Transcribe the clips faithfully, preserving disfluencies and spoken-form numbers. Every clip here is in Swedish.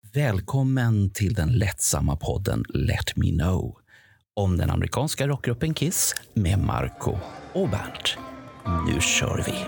Välkommen till den lättsamma podden Let Me Know om den amerikanska rockgruppen Kiss med Marco och Bernt. Nu kör vi!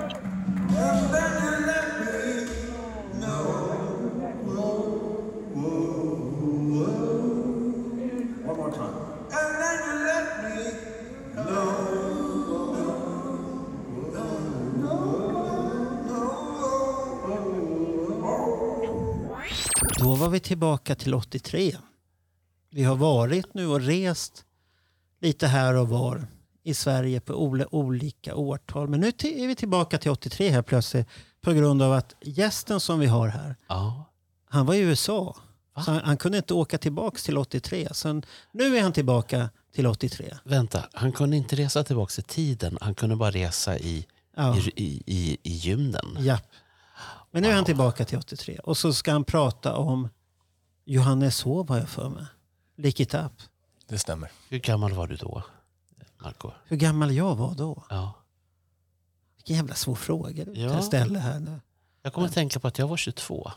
Då var vi tillbaka till åttiotre. Vi har varit nu och rest lite här och var i Sverige på olika årtal. Men nu är vi tillbaka till åttiotre här plötsligt på grund av att gästen som vi har här, ja. han var i U S A. Så han, han kunde inte åka tillbaka till åttiotre. Så nu är han tillbaka till åttiotre. Vänta, han kunde inte resa tillbaka i tiden. Han kunde bara resa i, ja. i, i, i, i gymnen. Japp. Men nu är wow. han tillbaka till åttiotre. Och så ska han prata om Johannes Hov, har jag för mig. Lick it up. Det stämmer. Hur gammal var du då, Marco? Hur gammal jag var då? Ja. Vilken jävla svår fråga du ja. ställer här nu. Jag kommer att tänka på att jag var tjugotvå.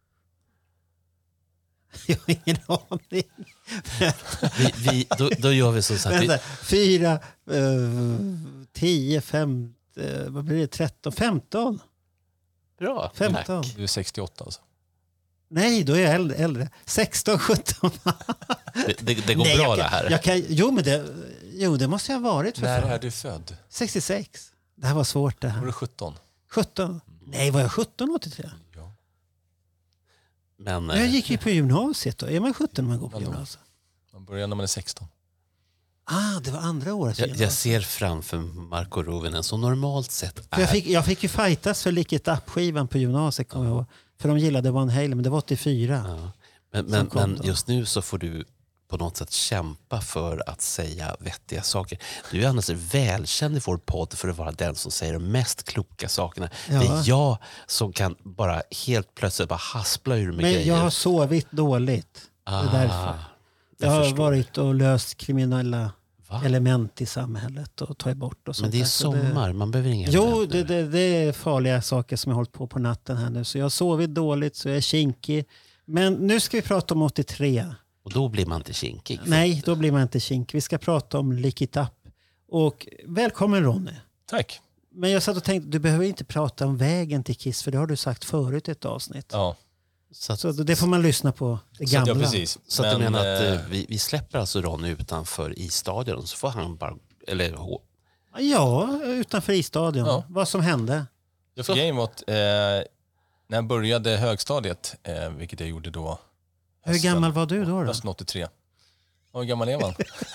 Jag har ingen aning. vi, vi, då, då gör vi så att vi... Fyra, uh, tio, fem, uh, vad blir det? Tretton, femton. Bra, femton. Du är sextioåtta alltså. Nej, då är jag äldre. äldre. sexton, sjutton. det, det, det går Nej, bra jag det kan, här. Jag kan, jo, men det, jo, det måste jag ha varit. För När fan. är du född? sextiosex. Det här var svårt det här. Var du sjutton? sjutton. Nej, var jag sjutton åttiotre? Ja. Men, jag gick ju på gymnasiet då. Är man sjutton när man går på gymnasiet? Man börjar när man är sexton. Ah, det var andra året. Jag, jag ser framför Marco Rovinen som normalt sett är... För jag, fick, jag fick ju fightas för Lick it up-skivan på gymnasiet, kommer jag ihåg. För de gillade Van Halen, men det var åttiofyra. Ja. Men, men, men just nu så får du på något sätt kämpa för att säga vettiga saker. Du är annars välkänd i vår podd för att vara den som säger de mest kloka sakerna. Ja. Det är jag som kan bara helt plötsligt bara haspla ur med men grejer. Jag har sovit dåligt. Ah, det är därför. Jag, jag har varit och löst kriminella Va? element i samhället och tagit bort och sånt. Men det är sommar, det... man behöver inga Jo, det, det, det är farliga saker som jag har hållit på på natten här nu. Så jag har sovit dåligt, så jag är kinkig. Men nu ska vi prata om åttiotre. Och då blir man inte kinkig. Nej, då blir man inte kinkig. Vi ska prata om Lick it up. Och välkommen Ronny. Tack. Men jag satt och tänkte, du behöver inte prata om vägen till Kiss, för det har du sagt förut i ett avsnitt. Ja. Så, att, så det får man lyssna på, det gamla. Så, ja, precis. Så men, att du menar att äh... eh, vi, vi släpper alltså Ronny utanför isstadion, så får han bara, eller h- Ja, utanför isstadion. Ja. Vad som hände. Jag fick game åt, eh, när jag började högstadiet, eh, vilket jag gjorde då. Hur hösten, gammal var du då? då? hösten åttiotre. Och hur gammal är man?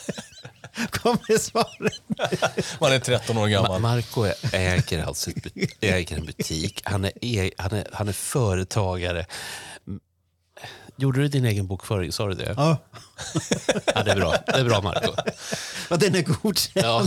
Kom med svaret. Man är tretton år gammal. Ma- Marco äger alltså äger en butik. Han är, han är, han är företagare. Gjorde du din egen bokföring? Sa du det? Ja. Ja, det är bra. Det är bra, Marco. Ja, den är godkänd. Ja.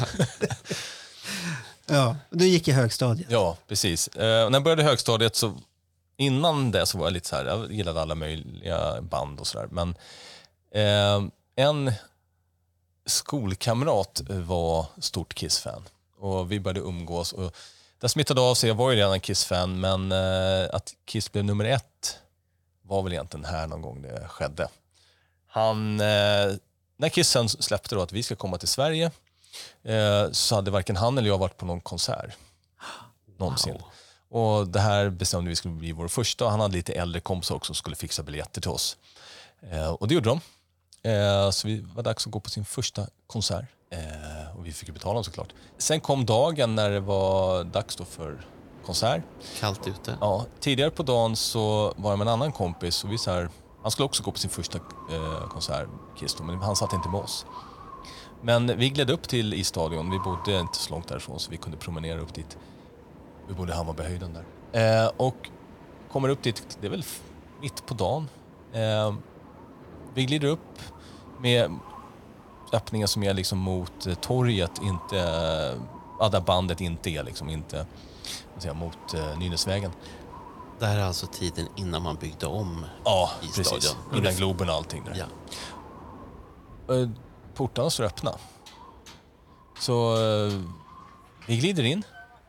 Ja, du gick i högstadiet. Ja, precis. Eh, när jag började högstadiet så innan det så var jag lite så här, jag gillade alla möjliga band och sådär. Men eh, en skolkamrat var stort Kiss-fan. Och vi började umgås. Och det smittade av sig, jag var ju redan Kiss-fan. Men eh, att Kiss blev nummer ett var väl egentligen här någon gång det skedde. Han, eh, när Kiss sen släppte då att vi ska komma till Sverige eh, så hade varken han eller jag varit på någon konsert. Någonsin. Wow. Och det här bestämde vi skulle bli vår första. Och han hade lite äldre kompisar också som skulle fixa biljetter till oss. Eh, och det gjorde de. Eh, så vi var dags att gå på sin första konsert. Eh, och vi fick ju betala dem såklart. Sen kom dagen när det var dags då för konsert. Kallt ute. Ja, tidigare på dagen så var jag med en annan kompis. Och vi så här, han skulle också gå på sin första eh, konsert, Kiss då, men han satt inte med oss. Men vi gled upp till i stadion. Vi bodde inte så långt därifrån så vi kunde promenera upp dit. Vi bodde i Hammarbyhöjden där. Eh, och kommer upp dit, det är väl mitt på dagen. Eh, vi glider upp med öppningar som är liksom mot eh, torget, inte eh, där bandet inte är liksom, inte säga, mot eh, Nynäsvägen. Det här är alltså tiden innan man byggde om ja, i precis. stadion. Innan Globen och allting där. Ja. Eh, portarna står öppna. Så eh, vi glider in.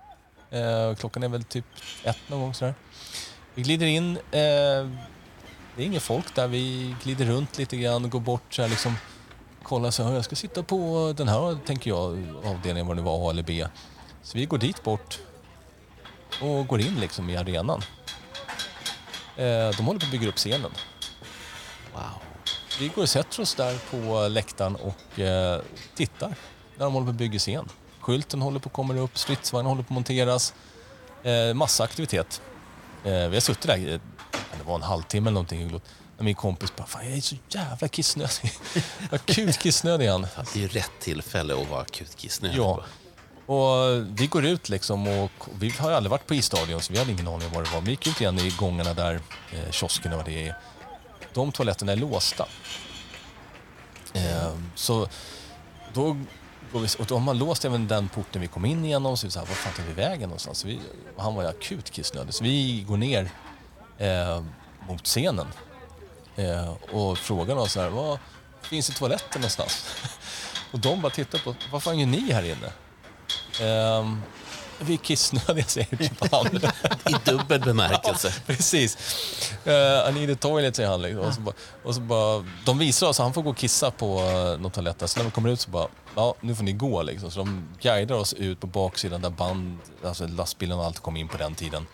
Eh, klockan är väl typ ett någon gång sådär. Vi glider in. Eh, det är ingen folk där. Vi glider runt lite grann och går bort så här liksom, kollar så här, jag ska sitta på den här, tänker jag, avdelningen, vad det var, A eller B. Så vi går dit bort och går in liksom i arenan. Eh, de håller på att bygga upp scenen. Wow. Vi går och sätter oss där på läktaren och eh, tittar när de håller på att bygga scen. Skylten håller på att komma upp, stridsvagnen håller på att monteras. Eh, massa aktivitet. Eh, vi har suttit där, det var en halvtimme eller någonting. När min kompis bara, fan jag är så jävla kissnödig. Akut kissnödig han. Det är ju rätt tillfälle att vara akut kissnödig. Ja. Och vi går ut liksom och vi har ju aldrig varit på isstadion så vi hade ingen aning om vad det var. Vi gick ut igen i gångarna där, eh, kioskerna och vad det är. De toaletterna är låsta. Eh, så då går vi, och då har man låst även den porten vi kom in igenom. Så vi sa, vad fan tar vi vägen någonstans? Så vi, han var ju akut kissnödig. Så vi går ner eh, mot scenen. Eh, och frågar oss så här, vad finns det toaletter någonstans? Och de bara tittar på, vad fan gör ni här inne? Eh, vi är kissnödiga, säger typ han. I dubbel bemärkelse. Precis. Uh, I need a toilet, säger han. Liksom. Och, så bara, och så bara, de visar oss att han får gå och kissa på uh, någon toalett. Så när vi kommer ut så bara, ja, nu får ni gå. Liksom. Så de guidar oss ut på baksidan där band, alltså lastbilen och allt kom in på den tiden.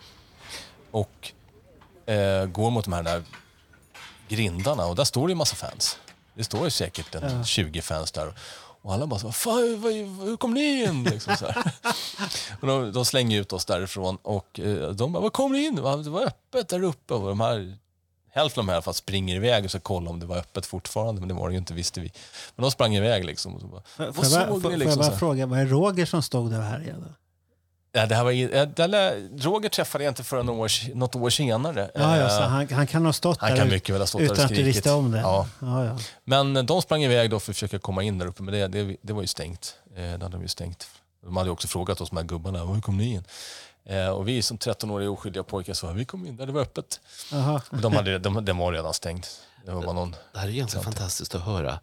Och uh, går mot de här där grindarna. Och där står det ju massa fans. Det står ju säkert en ja. tjugo fans där. Och alla bara så, fan, vad, hur kom ni in? Liksom så här. Och de, de slänger ut oss därifrån och eh, de bara, vad kom ni in? Det var öppet där uppe. Och de här, hälften av dem i alla fall springer iväg och så kollar om det var öppet fortfarande. Men det var det ju inte, visste vi. Men de sprang iväg liksom. Och så bara, vad får såg jag, ni får, liksom? Får jag bara fråga, var det Roger som stod där här igen? Ja, det här var, det där, Roger träffade jag inte förrän år, något år senare. Ja, ja, så han, han kan ha stått han där kan mycket väl ha stått utan där och att du visste om det. Ja. Ja, ja. Men de sprang iväg då för att försöka komma in där uppe. Men det, det, det var ju stängt. Det hade de ju stängt. De hade också frågat oss, de här gubbarna, hur kom ni in? Och vi som tretton-åriga oskyldiga pojkar sa, vi kom in där, det var öppet. Aha. De hade, de, den var redan stängt. Det var bara någon... Det här är egentligen fantastiskt att höra.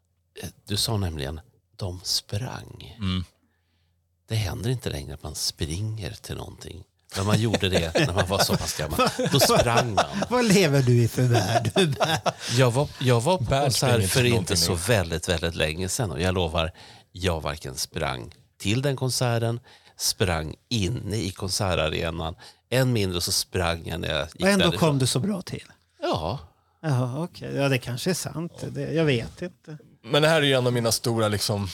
Du sa nämligen, de sprang. Mm. Det händer inte längre att man springer till någonting. Men man gjorde det när man var så pass gammal. Då sprang man. Vad lever du i för värld? Jag var, jag var på konsert för inte nu. så väldigt, väldigt länge sedan. Och jag lovar, jag varken sprang till den konserten, sprang inne i konsertarenan. Än mindre så sprang jag när jag gick och ändå därifrån. kom du så bra till. Ja. Ja, okej. Okay. Ja, det kanske är sant. Det, jag vet inte. Men det här är ju en av mina stora liksom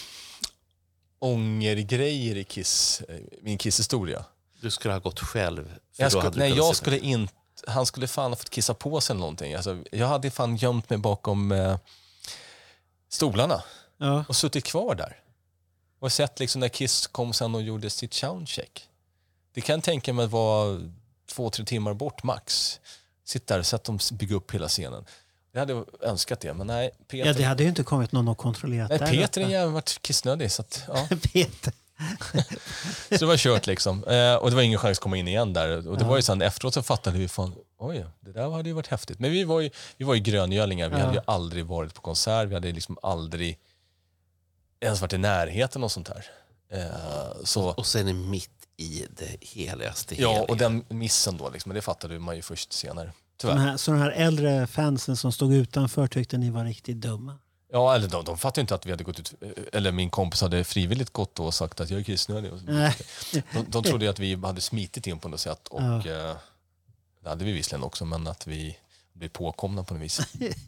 ångergrejer i Kiss, min Kiss-historia. Du skulle ha gått själv. Jag skulle, nej, jag skulle inte... Han skulle fan ha fått kissa på sig eller någonting. Alltså, jag hade fan gömt mig bakom eh, stolarna. Ja. Och suttit kvar där. Och sett liksom när Kiss kom sen och gjorde sitt soundcheck. Det kan jag tänka mig att vara två, tre timmar bort max. Sitt där och sett dem bygga upp hela scenen. Jag hade önskat det, men nej. Peter, ja, det hade ju inte kommit någon och kontrollerat nej, där. Peter är jävligt varit kissnödig. Så att, ja. Peter. Så det var kört liksom. Eh, och det var ingen chans att komma in igen där. Och det ja. var ju sen efteråt så fattade vi fan, oj, det där hade ju varit häftigt. Men vi var ju, vi var ju gröngölingar. Vi ja. hade ju aldrig varit på konsert. Vi hade liksom aldrig ens varit i närheten och sånt här. Eh, så. Och sen är mitt i det heligaste. Ja, heliga. och den missen då liksom, det fattade man ju först senare. Tyvärr. Så de här, så de här äldre fansen som stod utanför tyckte ni var riktigt dumma? Ja, eller de, de fattade inte att vi hade gått ut, eller min kompis hade frivilligt gått och sagt att jag är kissnödig. De, de trodde att vi hade smitit in på något sätt och ja. eh, det hade vi visserligen också, men att vi blev påkomna på något vis.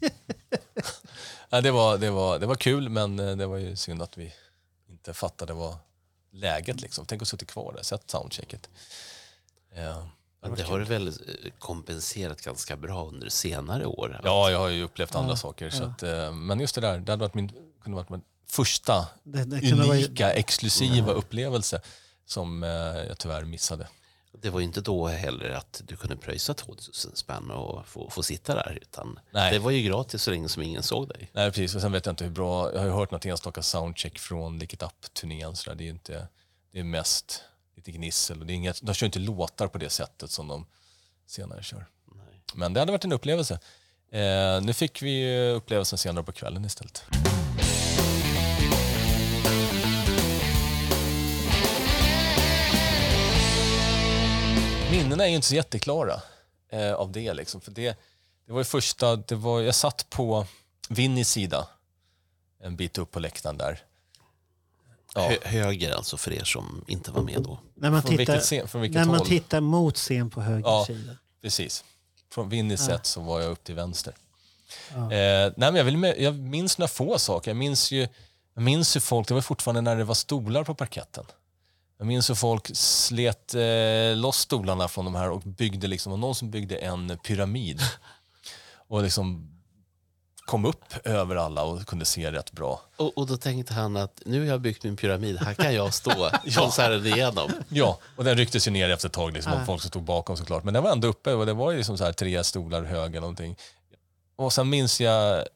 ja, det, var, det, var, det var kul, men det var ju synd att vi inte fattade vad läget liksom. Tänk att sitta kvar där, sett soundchecket. Ja. Men det har du väl kompenserat ganska bra under senare år? Ja, jag har ju upplevt andra ja, saker. Ja. Så att, men just det där, det hade varit min, kunde varit min första det, det unika, vara... exklusiva ja. upplevelse som eh, jag tyvärr missade. Det var ju inte då heller att du kunde pröjsa tvåtusen spänn och få, få sitta där. Utan Nej. Det var ju gratis så länge som ingen såg dig. Nej, precis. Och sen vet jag inte hur bra... Jag har ju hört något enstaka soundcheck från Lick It Up-turnén. Så där. Det är inte... Det är mest... lite gnissel. Och det är inget, de kör inte låtar på det sättet som de senare kör. Nej. Men det hade varit en upplevelse. Eh, nu fick vi upplevelsen senare på kvällen istället. Minnena är ju inte så jätteklara eh, av det. Liksom, för det, Det var ju första, det var, jag satt på Vinnys sida en bit upp på läktaren där. Ja. Hö, höger alltså för er som inte var med då. När man från tittar, vilket scen, från vilket när man håll? tittar mot scen på höger Ja, sida. Precis. Från Vinnys Ja. sätt så var jag upp till vänster. Ja. Eh, nej, men jag, vill med, jag minns några få saker. Jag minns ju jag minns hur folk, det var fortfarande när det var stolar på parketten. Jag minns hur folk slet eh, loss stolarna från de här och byggde liksom, och någon som byggde en pyramid. Och liksom kom upp över alla och kunde se rätt bra. Och, och då tänkte han att nu har jag byggt min pyramid, här kan jag stå konserten igenom. Ja, och den rycktes ju ner efter ett tag, liksom, Ah. av folk som stod bakom såklart. Men den var ändå uppe och det var ju liksom så här tre stolar höga eller någonting. Och sen minns jag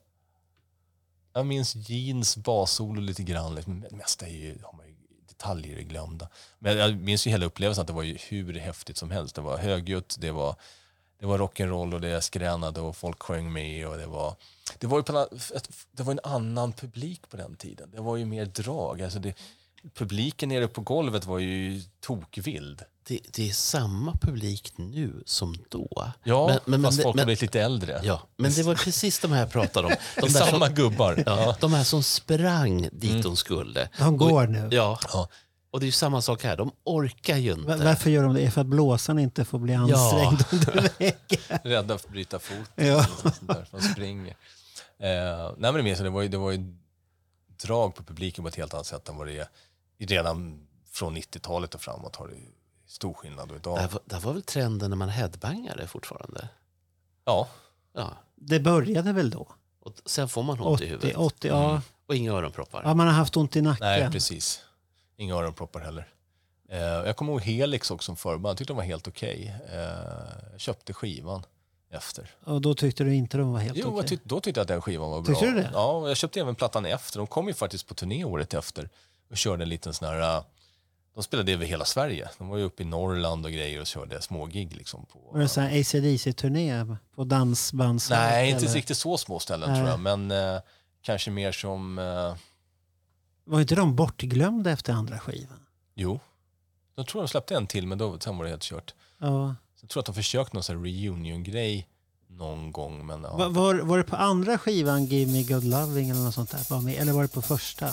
jag minns jeans bassolo lite grann, men det mesta är ju, har man ju detaljer glömda. Men jag minns ju hela upplevelsen att det var ju hur häftigt som helst. Det var högljutt, det var det var rock'n'roll och det skränade och folk sjöng med och det var det var ju på, det var en annan publik på den tiden. Det var ju mer drag, alltså det, publiken nere på golvet var ju tokvild. Det, det är samma publik nu som då. Ja, men, men, fast men, folk men, har blivit lite äldre. Ja, men det var precis de här jag pratade om. De det är där samma som, gubbar. ja, Ja. de här som sprang dit mm. de skulle. De går och, nu. Ja, Ja. Och det är ju samma sak här, de orkar ju inte. Varför gör de det? För att blåsaren inte får bli ansträngd Ja. under väggen. Rädda för att bryta foten. Ja. Där, de springer. Eh, nej men det, minns jag, det, var ju, det var ju drag på publiken på ett helt annat sätt än vad det är redan från nittiotalet och framåt har det stor skillnad. Och idag, Det här var, det här var väl trenden när man headbangade fortfarande? ja. Ja. Det började väl då? Och sen får man ont i åttio, huvudet. åttio, ja. Och inga öronproppar. Ja, man har haft ont i nacken. Nej, precis. Inga öronproppar heller. Eh, jag kommer ihåg Helix också som förband. Jag tyckte de var helt okej. Okay. Eh, jag köpte skivan efter. Och då tyckte du inte de var helt Jo, okej? jag tyck, då tyckte jag att den skivan var bra. Tyckte du det? Ja, och jag köpte även plattan efter. De kom ju faktiskt på turné året efter och körde en liten sån här... De spelade över hela Sverige. De var ju uppe i Norrland och grejer och körde små gig liksom på... Var det så här A C D C-turné på dansbands? Nej, inte eller? riktigt så små ställen Nej. tror jag. Men eh, kanske mer som... Eh, Var inte de bortglömda efter andra skivan? jo. Jag tror de släppte en till, men då sen var det helt kört. Ja. Så jag tror att de försökte någon sån här reunion-grej någon gång. Men, ja. Var, var, var det på andra skivan Give Me Good Loving eller något sånt där? Var med, eller var det på första?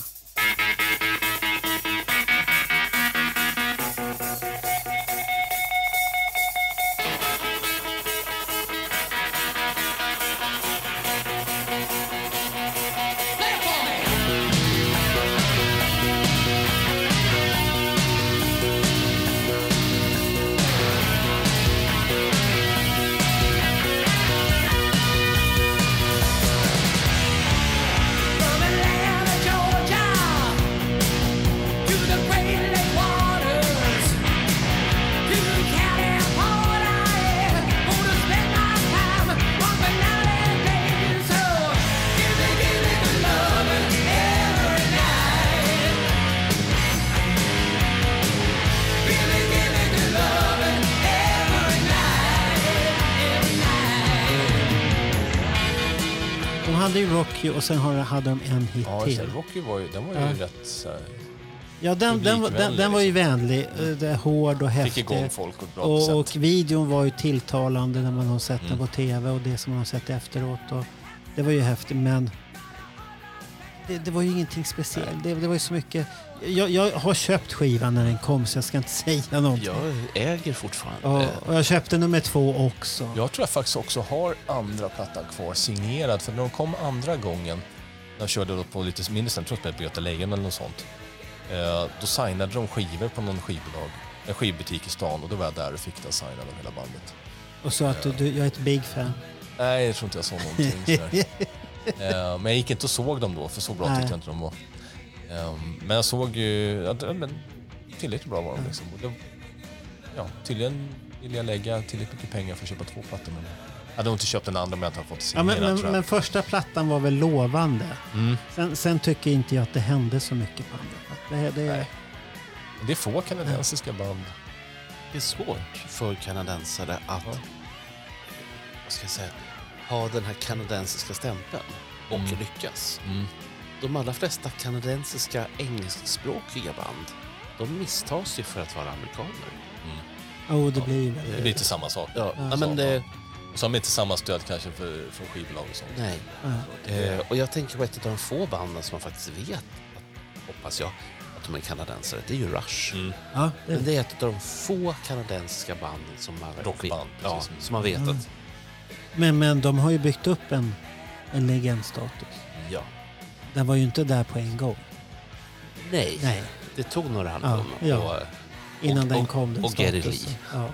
De hade ju Rocky och sen hade de en hit Ja, till. så Rocky var ju, den var ju Ja. rätt så här, Ja, den, den, var- den, den var ju vänlig. Det är hård och fick igång häftig. folk på ett bra Och, sätt. och videon var ju tilltalande när man har sett den Mm. på tv och det som man har sett efteråt. Och det var ju häftigt, men det, det var ju ingenting speciellt. Det, det var ju så mycket. Jag, jag har köpt skivan när den kom så jag ska inte säga någonting. Jag äger fortfarande. Och, och jag köpte nummer två också. Jag tror jag faktiskt också har andra plattan kvar signerad. För när de kom andra gången, när de körde då på lite mindre ställen, tror jag att Göta Lejon eller något sånt. Eh, då signade de skivor på någon skivbolag, en skivbutik i stan, och då var jag där och fick den signad av hela bandet. Och så att du, du, jag är ett big fan. Nej, jag tror inte jag såg någonting sådär. eh, men jag gick inte och såg dem då, för så bra Nej. tyckte jag inte de var. Eh, men jag såg ju, ja, det- men tillräckligt bra var de liksom. Och det, ja, tydligen vill jag lägga tillräckligt mycket pengar för att köpa två plattor. Men jag hade nog inte köpt den andra, men jag hade fått Ja, signera, men, men, tror jag. men första plattan var väl lovande. Mm. Sen, sen tycker inte jag att det hände så mycket på andra plattan. Det, det, Nej. Det är få kanadensiska band. Det är svårt för kanadensare att vad ska jag säga, ha den här kanadensiska stämpeln och Mm. lyckas. Mm. De allra flesta kanadensiska engelskspråkiga band, de misstas ju för att vara amerikaner. oh, det blir ju Det väl. blir lite samma sak. Ja, Ja. ja, men det, Så har de inte samma stöd kanske för, från skivbolag och sånt. Nej. Mm. Eh, och jag tänker på ett av de få banden som man faktiskt vet, hoppas jag, att de är kanadensare. Det är ju Rush. Mm. Ja, det... Men det är ett av de få kanadensiska banden som man rockband, vet, ja, som man vet mm. att... Men, men de har ju byggt upp en, en legendstatus. Ja. Den var ju inte där på en gång. Nej, Nej. Det tog några album. Ja, ja. Och, innan och, den kom. Den och Geddy Lee. Ja.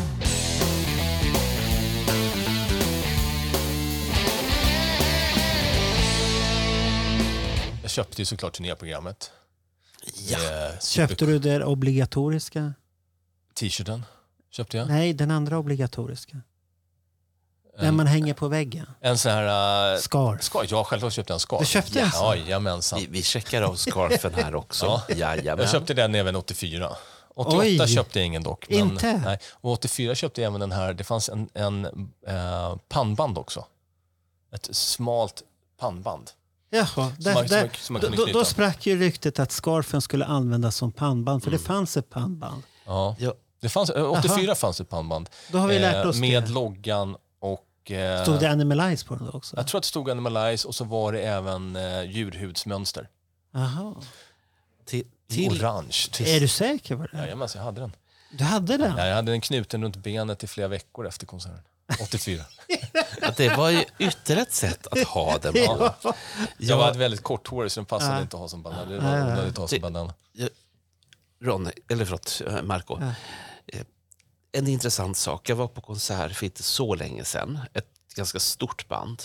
Jag köpte ju såklart turnéprogrammet. Ja. Eh, Köpte du det obligatoriska? T-shirten köpte jag. Nej, den andra obligatoriska. Den en, man hänger på väggen. En sån här... Uh, scarf. scarf. Jag själv köpte en scarf. Du köpte en ja, jajamensan. Vi, vi checkar av scarfen här också. Ja. Jajamän. Jag köpte den även åttiofyra. åttioåtta Oj. Köpte jag ingen dock. Men, inte? Nej. Och åttiofyra köpte jag även den här. Det fanns en, en uh, pannband också. Ett smalt pannband. Jaha, där, man, där, man, man då, då sprack ju ryktet att scarfen skulle användas som pannband. För mm. det fanns ett pannband. Ja, det fanns, åttiofyra Aha. Fanns ett pannband. Då har vi lärt oss eh, Med det. Loggan och... Eh, stod det Animalize på den då också? Jag tror att det stod Animalize och så var det även eh, djurhudsmönster. Jaha. Till, till orange. Till... Är du säker på det? Jajamän, jag hade den. Du hade den? Ja, jag hade den knuten runt benet i flera veckor efter konserten. åttiofyra. Ja, det var ju ytterligare ett sätt att ha den. Ja. Jag, jag var väldigt kort hår så den passade ja. Inte att ha som bandana. Det var onödigt att ha som bandana. Ronny, eller förlåt, Marco. Ja. En intressant sak. Jag var på konsert för inte så länge sedan. Ett ganska stort band.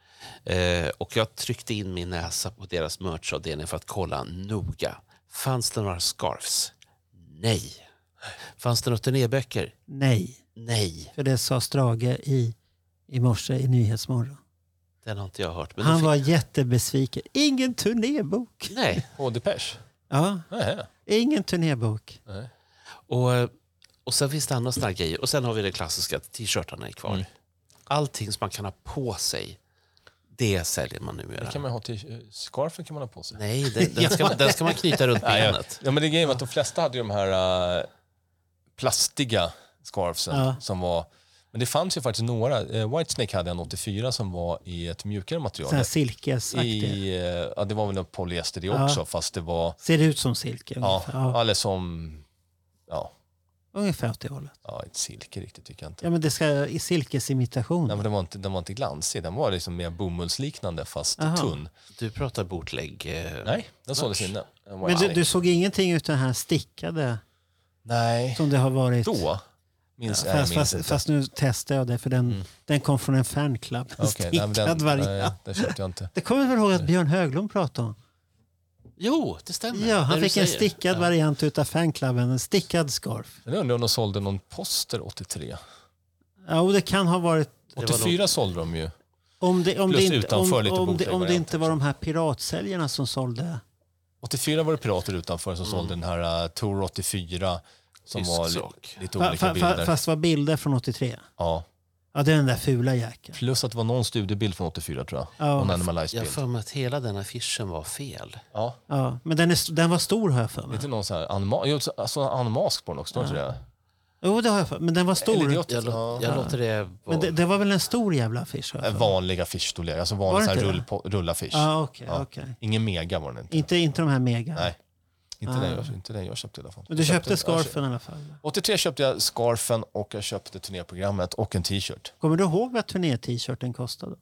Eh, och jag tryckte in min näsa på deras merchavdelning för att kolla noga. Fanns det några scarfs? Nej. Fanns det några turnéböcker? Nej. Nej. För det sa Strage i, i morse i Nyhetsmorgon. Den har inte jag hört. Men han fick... var jättebesviken. Ingen turnébok. Nej. Och Depeche? Ja. Nej. Ingen turnébok. Nej. Och, och sen finns det andra sådana grejer. Och sen har vi det klassiska, t-shirtarna är kvar. Mm. Allting som man kan ha på sig, det säljer man nu. Det kan man ha till, scarfen kan man ha på sig. Nej, den, den, ska, man, den ska man knyta runt benet. Ja, men det är grejen att de flesta hade ju de här uh, plastiga scarfsen ja. Som var... Men det fanns ju faktiskt några. Uh, Whitesnake hade en åttiofyra som var i ett mjukare material. Sån här silkesaktigt. Uh, ja, det var väl en polyester det ja. Också, fast det var... Ser det ut som silke? Ja, ja, eller som... Ja. Ungefär åt det hållet. Ja, inte silke riktigt tycker jag inte. Ja, men det ska i silkesimitation. Nej, men den var inte, den var inte glansig. Den var liksom mer bomullsliknande fast Aha. Tunn. Du pratar bootleg. Eh, Nej, den såldes inne. Men du, du såg ingenting utan här stickade? Nej. Som det har varit. Då? Minns, ja, fast, fast, fast nu testar jag det för den, mm. den kom från en fanclub. En okay, stickad nej, den, variant. Nej, det köpte jag inte. Det kommer väl ihåg att Björn Höglund pratade om. Jo, det stämmer. Ja, han fick en stickad ja. Variant utav fanklubben, en stickad scarf. Jag undrar om de sålde någon poster åttiotre. Ja, och det kan ha varit... åttiofyra nog... sålde de ju. Om det, om Plus det, utanför om, lite om, det, om det inte var också. De här piratsäljarna som sålde... åttiofyra var det pirater utanför som mm. sålde den här uh, Tour åttiofyra som Tysk var li, lite olika fa, fa, bilder. Fast var bilder från åttiotre? Ja. Ja, det är den där fula jäkeln. Plus att det var någon studiebild från åttiofyra tror jag. Ja. Jag får med att hela den affischen var fel. Ja. Ja, men den, är, den var stor har jag för mig. Inte någon sån här anma- alltså, anmask på den också, ja. Tror jag. Jo, det har jag för men den var stor. Jag, jag, jag ja. låter det vara... Men det, det var väl en stor jävla affisch? En vanlig affischstorlek, alltså vanlig sån rull, rullaffisch. Ah, okay, ja, okej. Okay. Ingen mega var den inte. Inte, inte de här mega? Nej. Inte, ah. den jag, inte den jag köpte i alla fall. Men du köpte, köpte scarfen i alla fall? åttiotre köpte jag scarfen och jag köpte turnéprogrammet och en t-shirt. Kommer du ihåg vad turné-t-shirten kostade?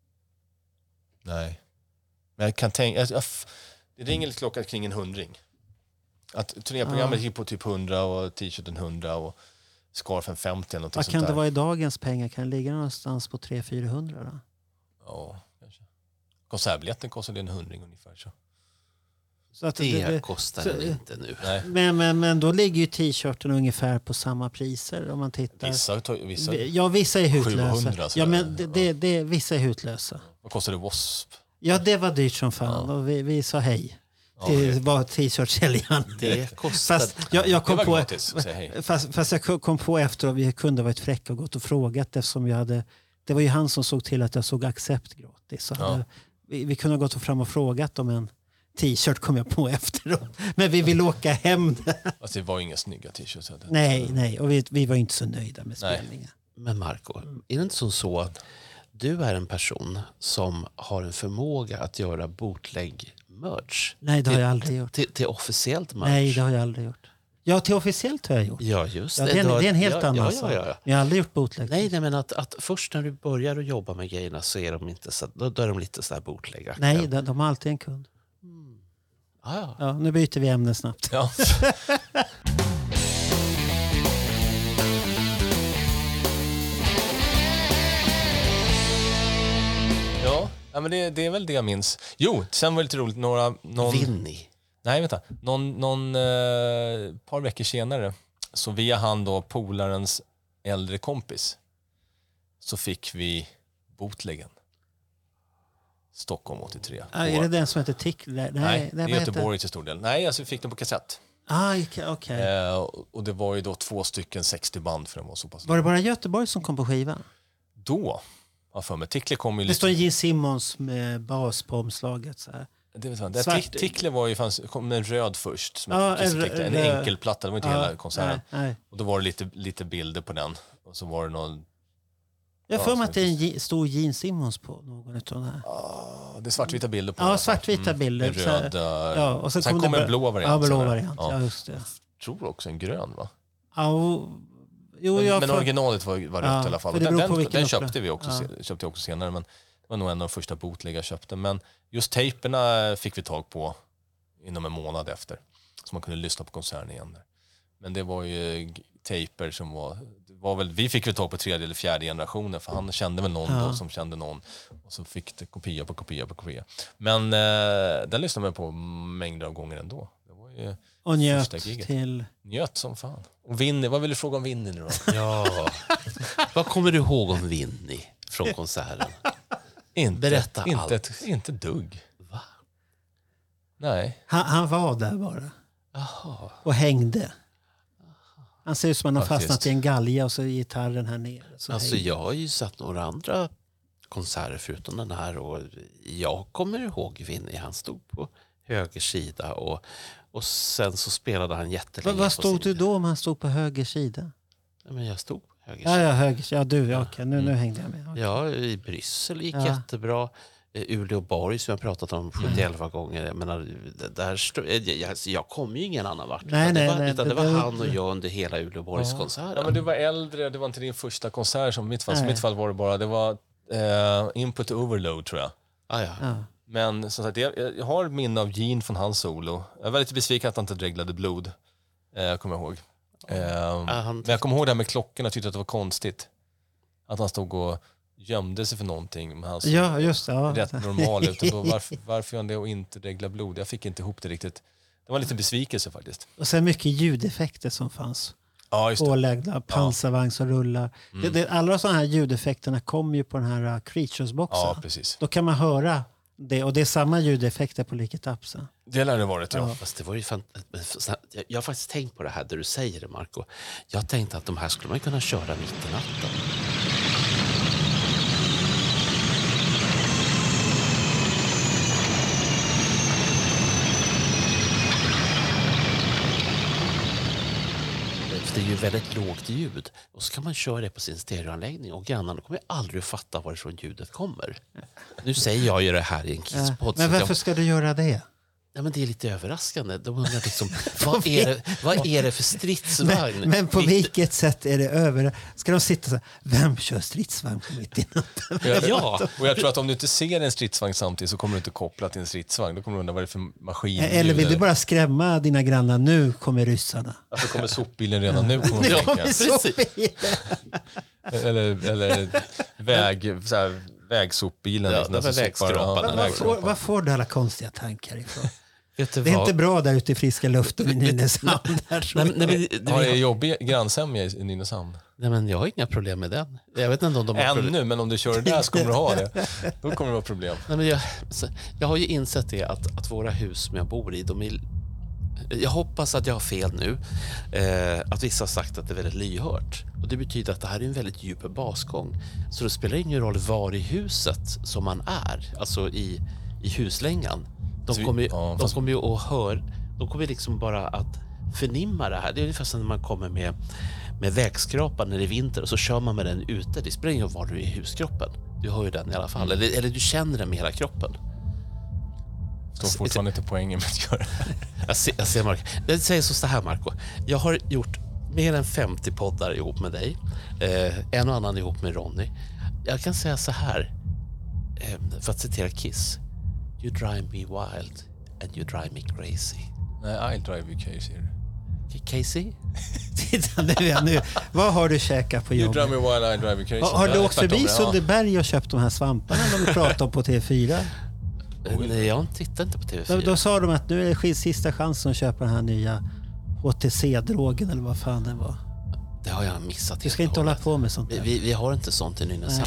Nej. Men jag kan tänka... Jag, jag, det ringer lite klockan kring en hundring. Att turnéprogrammet ah. gick på typ hundra och t-shirten hundra och scarfen femtio eller något sånt där. Vad kan det vara i dagens pengar? Kan det ligga någonstans på tre till fyrahundra då? Ja, kanske. Konsertbiljetten kostade en hundring ungefär så. Så att det, det kostar så, inte nu. Nej. Men, men, men då ligger ju t-shirten ungefär på samma priser om man tittar. Vissa, vissa, ja, vissa är hutlösa. sjuhundra, ja, men det, det, det, vissa är hutlösa. Vad kostade W A S P? Ja, det var dyrt som fan. Ja. Och vi, vi sa hej till ja, var t-shirt-säljaren. Det kostade. Fast jag, jag kom det på, gratis, fast, fast jag kom på efter att vi kunde varit fräcka och gått och frågat eftersom jag hade, det var ju han som såg till att jag såg Accept gratis. Så ja. hade, vi, vi kunde ha gått fram och frågat om en t-shirt kom jag på efteråt. Men vi vill åka hem. Alltså det var inga snygga t-shirts. Nej, nej. Och vi, vi var inte så nöjda med spelningen. Men Marco, är det inte som så att du är en person som har en förmåga att göra bootleg-merch? Nej, det har jag aldrig gjort. Till, till officiellt merch? Nej, det har jag aldrig gjort. Ja, till officiellt har jag gjort. Ja, just ja, det. det, är en, har, det är en helt ja, annan ja, sak. ja, ja, ja. Jag har aldrig gjort bootleg. Nej, nej, men att, att först när du börjar att jobba med grejerna så är de inte så, då, då är de lite så här bootleg. Nej, de, de har alltid en kund. Mm. Ah, ja. Ja, nu byter vi ämne snabbt. Ja. Ja, ja, men det, det är väl det jag minns. Jo, sen var det lite roligt. Några, någon, Vinny. Nej, vänta. Någon, någon eh, par veckor senare, så via han då, polarens äldre kompis, så fick vi bootleggen. Stockholm åttiotre. Ah, är det den som heter Tickler? Nej, Nej, nej, det är Göteborg till stor del. Nej, alltså vi fick den på kassett. Ah, okej. Okay. Eh, och det var ju då två stycken sextio band för den var så pass. Var det bara Göteborg som kom på skivan? Då, ja, för mig. Tickler kom ju Det lite... står Gene Simmons med bas på omslaget. Så här. Det vet jag. Det Svart- Tick- Tickler var ju fanns, kom med en röd först. Som Ja, ja, en- en, en en- enkel platta, det var inte Ja, hela konserten. nej, nej. Och då var det lite, lite bilder på den. Och så var det någon... Jag Ja, får mig så att det är en Ge- stor Gene Simmons på någon av de här. Ah, det är svartvita bilder på Ja, den. svartvita bilder. Med Så här- röda... Ja, och så sen kom kom det en bra- blå variant. Ja, blå så här. variant. Ja, Ja. just det. Jag tror också en grön, va? Ja, och, jo, Men, jag men får- originalet var, var rött Ja, i alla fall. för det Den, beror på den, vilken den upplaga. köpte vi också, Ja. se- köpte jag också senare. Men det var nog en av de första bootleggar jag köpte. Men just tejperna fick vi tag på inom en månad efter. Så man kunde lyssna på konserten igen. Där. Men det var ju g- tejper som var... Det var väl, vi fick väl tag på tredje eller fjärde generationen. För han kände väl någon Ja. då som kände någon. Och så fick det kopia på kopia på kopia. Men eh, den lyssnade man på mängder av gånger ändå. Det var ju och njöt första giget. till... Njöt som fan. Och Vinny, vad vill du fråga om Vinny nu då? Ja. Vad kommer du ihåg om Vinny från konserten? Inte, Berätta inte, allt. ett, inte dugg. Va? Nej. Han, han var där bara. Jaha. Och hängde. Han ser ut som att han har Faktiskt. fastnat i en galge och så är gitarren här nere. Så Alltså hängde. jag har ju satt några andra konserter förutom den här och jag kommer ihåg Vinny. Han stod på höger sida och, och sen så spelade han jättelänge. Vad, vad på stod sin- du då om han stod på höger sida? Ja, men jag stod på höger Ja, sida. ja, höger sida. Ja, du. Ja, okej. Nu, nu hängde jag med. Okej. Ja, i Bryssel gick Ja. jättebra. Eh, Uleåborg som jag pratat om sjuttioelva gånger. Jag menar, det där stod, jag, jag, jag kom ju ingen annan vart. Nej, utan det nej, var, nej, utan det det var var- han och jag under hela Uleåborgskonserten. Ja, men du var äldre, det var inte din första konsert som i mitt fall. Som i Nej. mitt fall var det bara, det var eh, Input Overload tror jag. Ah, ja. Ja. Men som sagt, jag, jag har minne av Gene från hans solo. Jag var lite besviken att han inte dreglade blod, eh, kommer jag ihåg. Eh, han- Men jag kommer ihåg det här med klockorna, jag tyckte att det var konstigt. Att han stod och gömde sig för någonting. Men han såg Ja, just det. Ja. rätt normal ut. Och då, varför, varför gör han det och inte dregla blod? Jag fick inte ihop det riktigt. Det var en liten besvikelse faktiskt. Och sen mycket ljudeffekter som fanns. Ja, just det. Påläggda, pansarvagn som rullar. Mm. Det, det, alla sådana här ljudeffekterna kommer ju på den här uh, Creatures-boxen. Ja, precis. Då kan man höra det. Och det är samma ljudeffekter på Liket Tapsa. Det lär det varit, ja. Ja. Fast det var ju fan, jag, jag har faktiskt tänkt på det här där du säger det, Marco. Jag tänkte att de här skulle man kunna köra mitt i natten. För det är ju väldigt lågt ljud. Och så kan man köra det på sin stereoanläggning och grannarna kommer aldrig att fatta varifrån ljudet kommer. Nu säger jag ju det här i en Ja. Kisspodd. Men så att varför jag, ska du göra det? ja, men det är lite överraskande. De undrar liksom, vad, är det, vad är det för stridsvagn? Men, men på Mitt- vilket sätt är det över? Ska de sitta så här, vem kör stridsvagn på mitt i natten? Och jag, Ja. och jag tror att om du inte ser en stridsvagn samtidigt så kommer du inte koppla till en stridsvagn. Då kommer du undra vad det är för maskin. Eller vill du bara skrämma dina grannar? Nu kommer ryssarna. Att det kommer sopbilen redan nu. Kommer Nu de kommer tänka. sopbilen. Eller, eller väg, så här, vägsopbilen. Ja, liksom, de den är som sopar- vägskraparna. ja, Var får, vägskraparna. var får du alla konstiga tankar ifrån? Vet du Det är vad? inte bra där ute i friska luften i Nynäshamn. Där, tror Nej, jag. men- nej, men- Har det jobbig grannsämja i Nynäshamn? nej, men jag har inga problem med den. Jag vet inte om de har problem. Ännu, men om du kör det där så kommer du ha det. Då kommer det vara problem. Nej, men jag, så, jag har ju insett det att, att våra hus som jag bor i, de är, jag hoppas att jag har fel nu, eh, att vissa har sagt att det är väldigt lyhört. Och det betyder att det här är en väldigt djup basgång. Så det spelar ingen roll var i huset som man är, alltså i, i huslängan. De Så vi- kommer ju, ja, de fast- kommer ju att höra, de kommer liksom bara att förnimma det här. Det är ungefär som när man kommer med, med vägskrapan när det är vinter och så kör man med den ute. Det spelar ingen roll var du är i huskroppen. Du har ju den i alla fall. Eller, eller du känner den med hela kroppen. Står fortfarande inte poängen med att göra. jag, ser, jag ser Marco. Jag säger så här, Marco. Jag har gjort mer än femtio poddar ihop med dig. Eh, en och annan ihop med Ronny. Jag kan säga så här. Eh, för att citera Kiss. You drive me wild and you drive me crazy. Nej, I'll drive you crazy. Casey? Titta nu, nu. Vad har du käkat på You jobbet? drive me wild, I'll drive you crazy. Har, har du Ja, åkt förbi tvärtom, ja. Sunderberg och köpt de här svamparna de pratade om på T V fyra? Nej, jag tittar inte på T V fyra. Då, då sa de att nu är det sista chansen att köpa den här nya H T C-drogen eller vad fan det var. Det har jag missat. Du ska inte hålla på med sånt vi, där. vi, vi har inte sånt i Nynäshamn.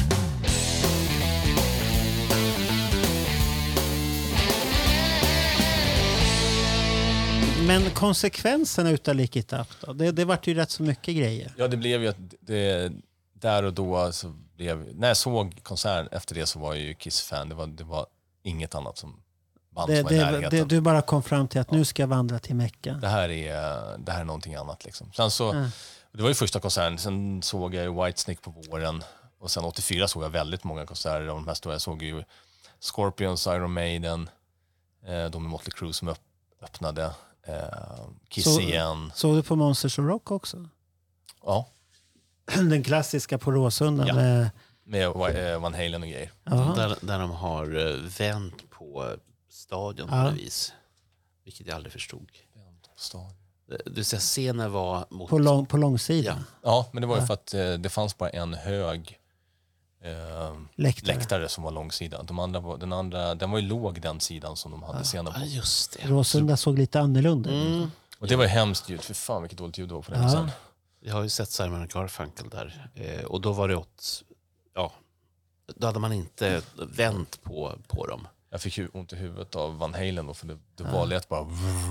Men konsekvenserna utav Lick It Up då? Det, det vart ju rätt så mycket grejer. Ja, det blev ju att det, där och då så blev, när jag såg konserten efter det så var jag ju Kiss-fan. Det var, det var inget annat som band Det, som var i det, närheten. det, du bara kom fram till att nu ska jag vandra till Mecka. Det här är, det här är någonting annat liksom. Sen så, Mm. det var ju första konserten, sen såg jag ju Whitesnake på våren och sen åttiofyra såg jag väldigt många konserter av de här stora. Jag såg ju Scorpions, Iron Maiden, eh, de med Motley Crue som öpp, öppnade, eh, Kiss Så- igen. Såg du på Monsters of Rock också? Ja, Den klassiska på Råsunda Ja. med... med eh, Van Halen och grejer. Ja. Där, där de har eh, vänt på stadion Ja. på något vis. Vilket jag aldrig förstod. Du ser scenen var mot... På, lång, på långsidan. Ja, men det var ju Ja. för att eh, det fanns bara en hög eh, Läktare. läktare som var långsida. De andra var, den andra, den var ju låg den sidan som de hade scenen på. Ja, just det. Råsunda såg lite annorlunda ut. Mm. Och det var ju hemskt ljud. För fan vilket dåligt ljud det var på den Ja. sen. Jag har ju sett Simon och Garfunkel där. Eh, och då var det åt... Ja, då hade man inte vänt på, på dem. Jag fick ju ont i huvudet av Van Halen då, för det, det var lätt bara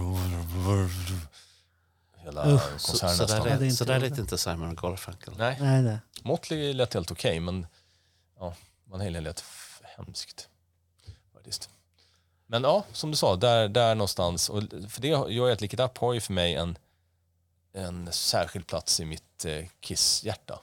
hela Usch. Så, konserten så, där, nästan. Ja, det är lät, inte så där bra. lät inte Simon och Garfunkel. Nej, Nej, nej. Motley lät helt okej, men ja, Van Halen lät f- hemskt. Faktiskt. Men ja, som du sa, där, där någonstans. Och för det gör ju att Lick It Up har ju för mig en, en särskild plats i mitt eh, Kiss-hjärta.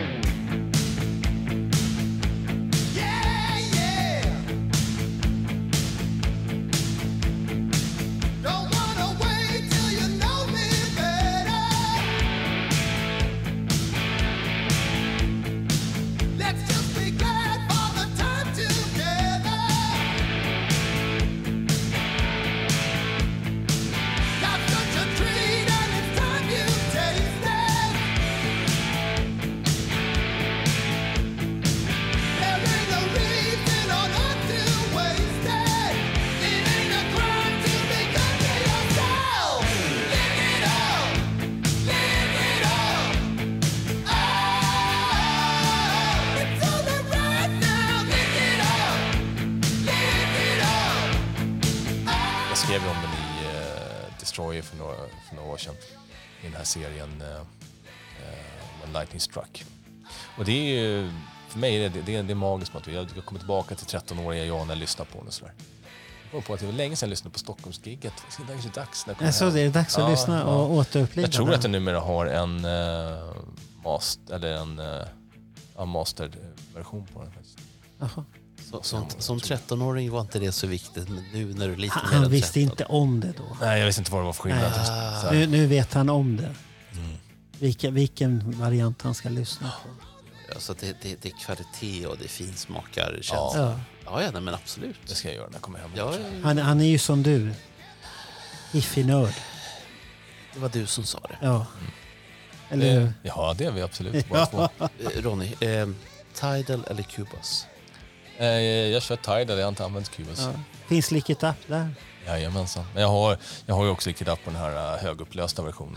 Jag skrev om den i uh, Destroyer för några, för några år sedan. I den här serien uh, uh, When Lightning Struck. Och det är ju, för mig är det, det, är, det är magiskt. Att jag kommer tillbaka till tretton-åriga jag när jag lyssnar på den och sådär. Jag kom på att det var länge sedan jag lyssnade på Stockholmsgigget. Det är ju dags när jag kommer Jag så hem. det är dags att Ja, lyssna ja. och återuppliva Jag tror den. att den numera har en uh, master, eller en uh, ja, masterversion på den. Faktiskt. Jaha. Så, som, som tretton-åring var inte det så viktigt, men nu när du är lite Han, mer han än visste tretton. inte om det då. Nej, jag visste inte vad det var för skillnad. Nej. Så här. Nu, nu vet han om det. Mm. Vilken, vilken variant han ska lyssna på. Alltså det, det, det är kvalitet och det är finsmakar Ja. känsla. Ja. Ja, ja, nej, men absolut. Det ska jag göra när jag kommer hem. Ja, Han, han är ju som du. Hiffig-nörd. det var du som sa det. Ja. Eller hur? Eh, ja, det är vi absolut. Bara två. Eh, Ronny, eh, Tidal eller Cubas? Eh, jag kör Tidal, jag har inte använt Cubas. Ja. Finns Lick It Up där? Jajamensan. Men jag har, jag har ju också Lick It Up på den här uh, högupplösta versionen.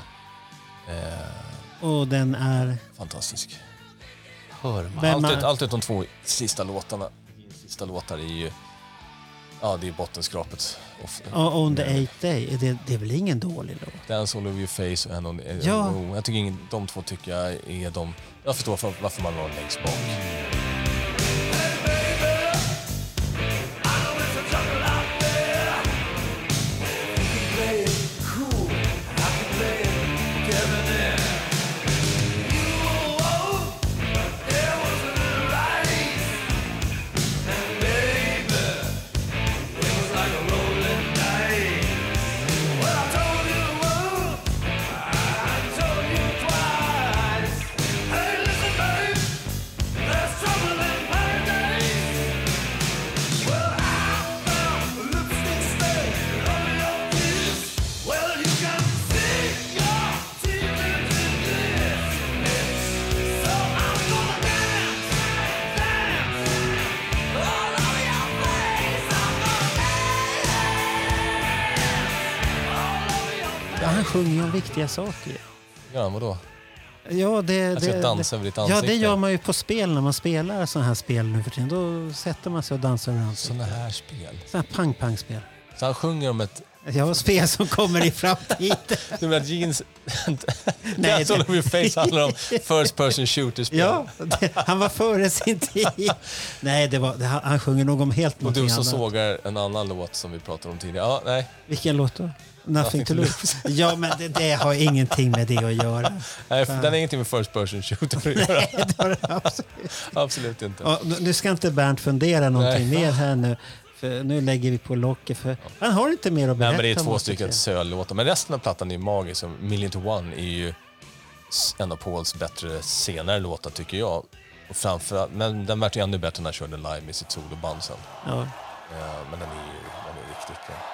Eh, Och den är... fantastisk. Hör man? Men Allt, man- ut, allt utom två sista låtarna. Sista låtar är ju... Ja, det är bottenskrapet. Of, Och On the Eighth Day. Är det, det är väl ingen dålig låt? Dance All Over Your Face och en on, eh, Ja. oh, jag tycker ingen, de två tycker jag är de... Jag förstår varför, varför man var längst bak. han sjunger ju om viktiga saker. Ja, vadå? Ja, det, Jag ska det, dansa det, över ditt ansikte. ja, det gör man ju på spel när man spelar sådana här spel nu för tiden. Då sätter man sig och dansar över ansiktet. Sådana här spel. Sådana här pang-pang-spel. Så han sjunger om ett... Ja, spel som kommer i framtiden. Du menar att jeans... Nej, That's all of your face handlar om first person shooter-spel. Ja, det, han var före sin tid. Nej, det var, det, han, han sjunger nog om helt Och någonting du som annat. sågar en annan låt som vi pratade om tidigare. Ja, nej. Vilken låt då? Nothing, Nothing to to lose. Ja, men det, det har ingenting med det att göra. Nej, den har ingenting med first person shooter att göra. Nej, det har det absolut. Absolut inte. Ja, nu ska inte Bernt fundera någonting Nej. mer här nu. För nu lägger vi på locket. För han har inte mer att berätta. Nej, men det är två måste stycken jag säga. söllåtar. Men resten av plattan är ju magisk. Som Million to One är ju en av Pauls bättre senare låtar tycker jag. Och framförallt, men den vart ju ännu bättre när han körde live med sitt soloband sen. Ja. Ja, men den är ju den är riktigt bra.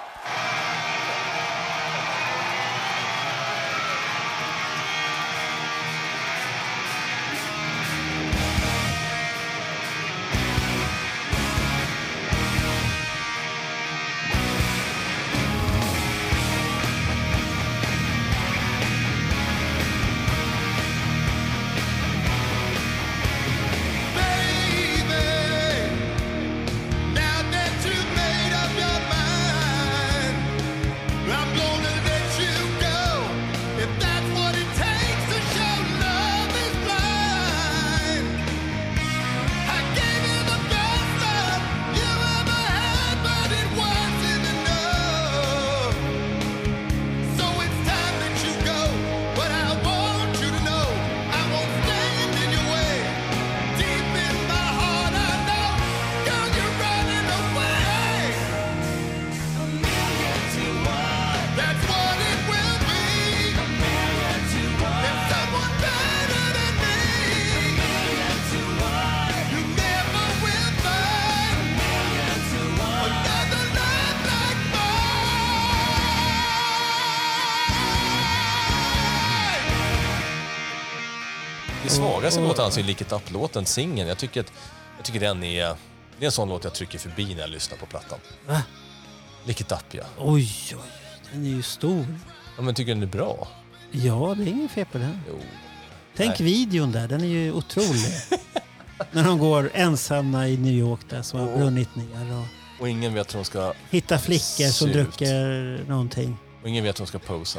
Det svagaste låten alltså är Lick It Up-låten, singeln. Jag tycker att jag tycker den är det är en sån låt jag trycker förbi när jag lyssnar på plattan. Va? Lick It Up, ja. Oj, oj, den är ju stor. Ja, men tycker den är bra? Ja, det är ingen fel på den. Jo. Tänk Nej. videon där, den är ju otrolig. När de går ensamma i New York där som har Oh. brunnit ner och Och ingen vet hur de ska hittar flickor som Surt. dricker någonting. och ingen vet hur de ska posa.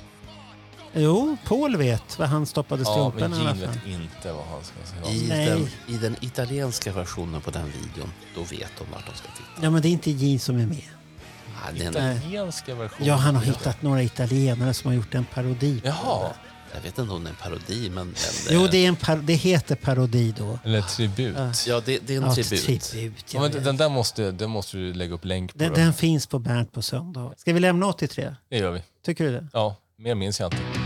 Jo, Paul vet vad han stoppade Ja, strumpen men i alla Gene fall. vet inte vad han ska säga. I Nej. den, I den italienska versionen på den videon, då vet de vart de ska titta. Ja, men det är inte Gene som är med. Ja, den, Italienska versionen. Ja, han har hittat några italienare som har gjort en parodi. på Jaha, det. jag vet inte om det är en parodi, men... men Jo, det, är en par- det heter parodi då. eller tribut. Ja. Ja, det, det är en Ja, tribut. tribut Ja, ja, men den där måste, den måste du lägga upp länk på. den, då. den finns på Bernt på söndag. Ska vi lämna åttiotre? Det gör vi. Tycker du det? Ja, mer minns jag inte.